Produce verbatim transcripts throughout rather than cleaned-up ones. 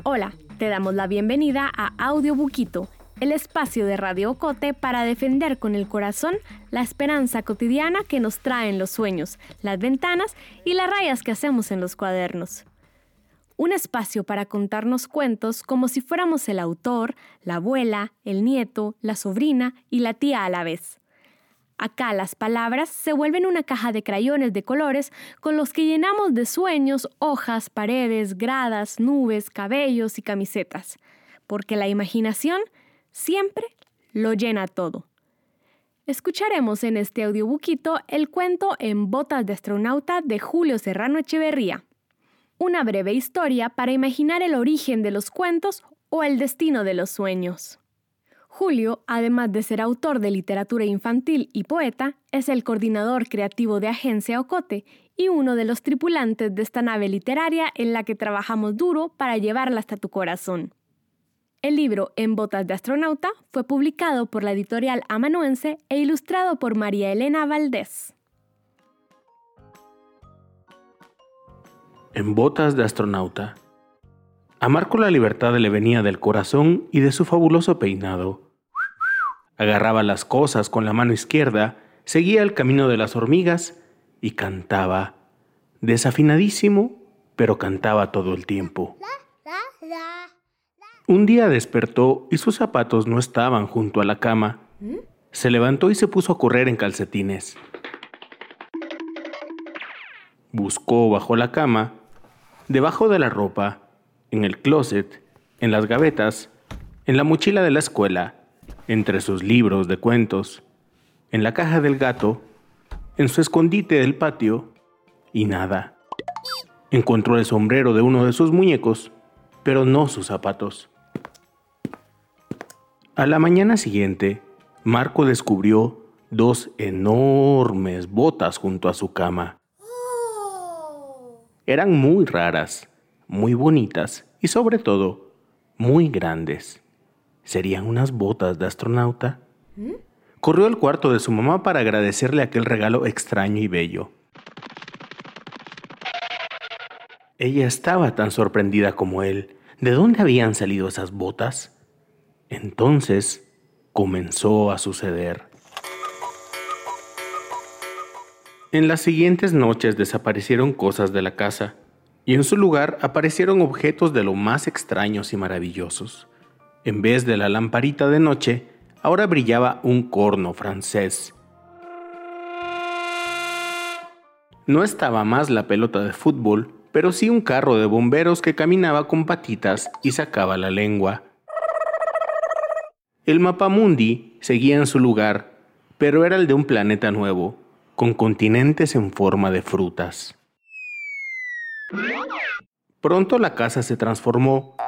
Hola, te damos la bienvenida a Audiobuquito, el espacio de Radio Ocote para defender con el corazón la esperanza cotidiana que nos traen los sueños, las ventanas y las rayas que hacemos en los cuadernos. Un espacio para contarnos cuentos como si fuéramos el autor, la abuela, el nieto, la sobrina y la tía a la vez. Acá las palabras se vuelven una caja de crayones de colores con los que llenamos de sueños, hojas, paredes, gradas, nubes, cabellos y camisetas, porque la imaginación siempre lo llena todo. Escucharemos en este audiobuquito el cuento En botas de astronauta de Julio Serrano Echeverría. Una breve historia para imaginar el origen de los cuentos o el destino de los sueños. Julio, además de ser autor de literatura infantil y poeta, es el coordinador creativo de Agencia Ocote y uno de los tripulantes de esta nave literaria en la que trabajamos duro para llevarla hasta tu corazón. El libro En botas de astronauta fue publicado por la editorial amanuense e ilustrado por María Elena Valdés. En botas de astronauta. A Marco la libertad le venía del corazón y de su fabuloso peinado. Agarraba las cosas con la mano izquierda, seguía el camino de las hormigas y cantaba. Desafinadísimo, pero cantaba todo el tiempo. Un día despertó y sus zapatos no estaban junto a la cama. Se levantó y se puso a correr en calcetines. Buscó bajo la cama, debajo de la ropa, en el closet, en las gavetas, en la mochila de la escuela, entre sus libros de cuentos, en la caja del gato, en su escondite del patio, y nada. Encontró el sombrero de uno de sus muñecos, pero no sus zapatos. A la mañana siguiente, Marco descubrió dos enormes botas junto a su cama. Eran muy raras, muy bonitas y sobre todo, muy grandes. ¿Serían unas botas de astronauta? ¿Mm? Corrió al cuarto de su mamá para agradecerle aquel regalo extraño y bello. Ella estaba tan sorprendida como él. ¿De dónde habían salido esas botas? Entonces comenzó a suceder. En las siguientes noches desaparecieron cosas de la casa y en su lugar aparecieron objetos de lo más extraños y maravillosos. En vez de la lamparita de noche, ahora brillaba un corno francés. No estaba más la pelota de fútbol, pero sí un carro de bomberos que caminaba con patitas y sacaba la lengua. El mapamundi seguía en su lugar, pero era el de un planeta nuevo, con continentes en forma de frutas. Pronto la casa se transformó.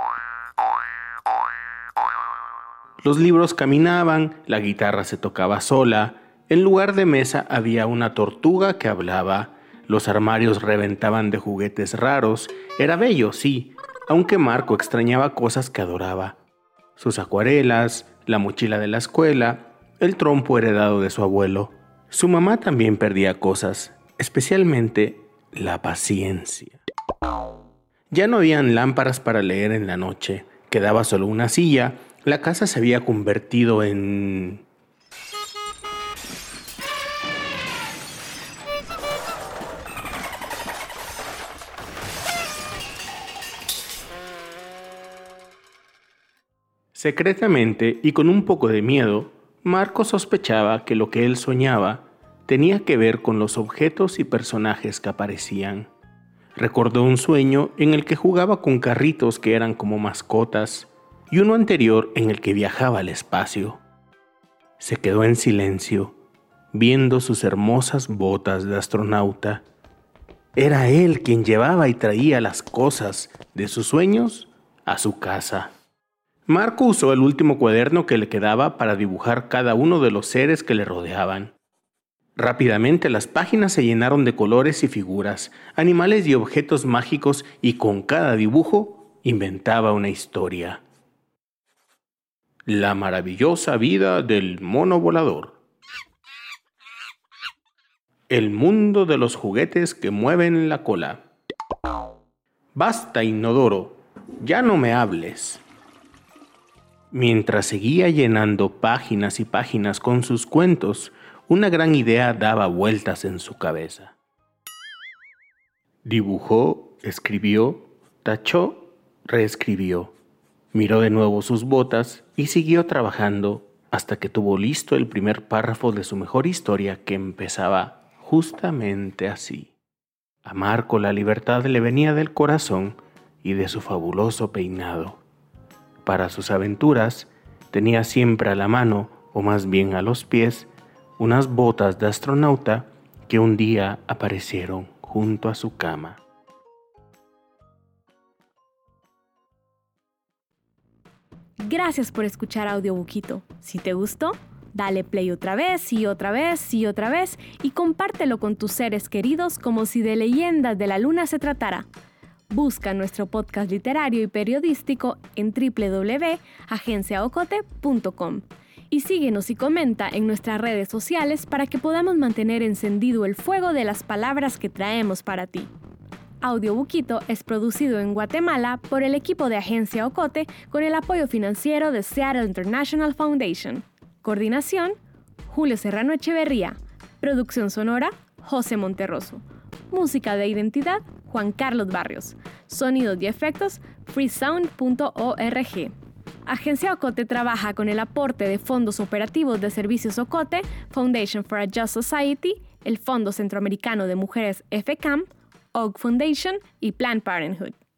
Los libros caminaban, la guitarra se tocaba sola, en lugar de mesa había una tortuga que hablaba, los armarios reventaban de juguetes raros, era bello, sí, aunque Marco extrañaba cosas que adoraba. Sus acuarelas, la mochila de la escuela, el trompo heredado de su abuelo. Su mamá también perdía cosas, especialmente la paciencia. Ya no habían lámparas para leer en la noche, quedaba solo una silla. La casa se había convertido en... Secretamente y con un poco de miedo, Marco sospechaba que lo que él soñaba tenía que ver con los objetos y personajes que aparecían. Recordó un sueño en el que jugaba con carritos que eran como mascotas y uno anterior en el que viajaba al espacio. Se quedó en silencio, viendo sus hermosas botas de astronauta. Era él quien llevaba y traía las cosas de sus sueños a su casa. Marco usó el último cuaderno que le quedaba para dibujar cada uno de los seres que le rodeaban. Rápidamente las páginas se llenaron de colores y figuras, animales y objetos mágicos, y con cada dibujo inventaba una historia. La maravillosa vida del mono volador. El mundo de los juguetes que mueven la cola. Basta, inodoro. ya no me hables. Mientras seguía llenando páginas y páginas con sus cuentos, una gran idea daba vueltas en su cabeza. Dibujó, escribió, tachó, reescribió. Miró de nuevo sus botas y siguió trabajando hasta que tuvo listo el primer párrafo de su mejor historia, que empezaba justamente así. A Marco la libertad le venía del corazón y de su fabuloso peinado. Para sus aventuras tenía siempre a la mano, o más bien a los pies, unas botas de astronauta que un día aparecieron junto a su cama. Gracias por escuchar Audiobuquito. Si te gustó, dale play otra vez y otra vez y otra vez y compártelo con tus seres queridos como si de Leyendas de la Luna se tratara. Busca nuestro podcast literario y periodístico en doble u doble u doble u punto agencia ocote punto com y síguenos y comenta en nuestras redes sociales para que podamos mantener encendido el fuego de las palabras que traemos para ti. Audiobuquito es producido en Guatemala por el equipo de Agencia Ocote con el apoyo financiero de Seattle International Foundation. Coordinación, Julio Serrano Echeverría. Producción sonora, José Monterroso. Música de identidad, Juan Carlos Barrios. Sonidos y efectos, freesound punto org. Agencia Ocote trabaja con el aporte de fondos operativos de Servicios Ocote, Foundation for a Just Society, el Fondo Centroamericano de Mujeres F C A M, Oak Foundation y Planned Parenthood.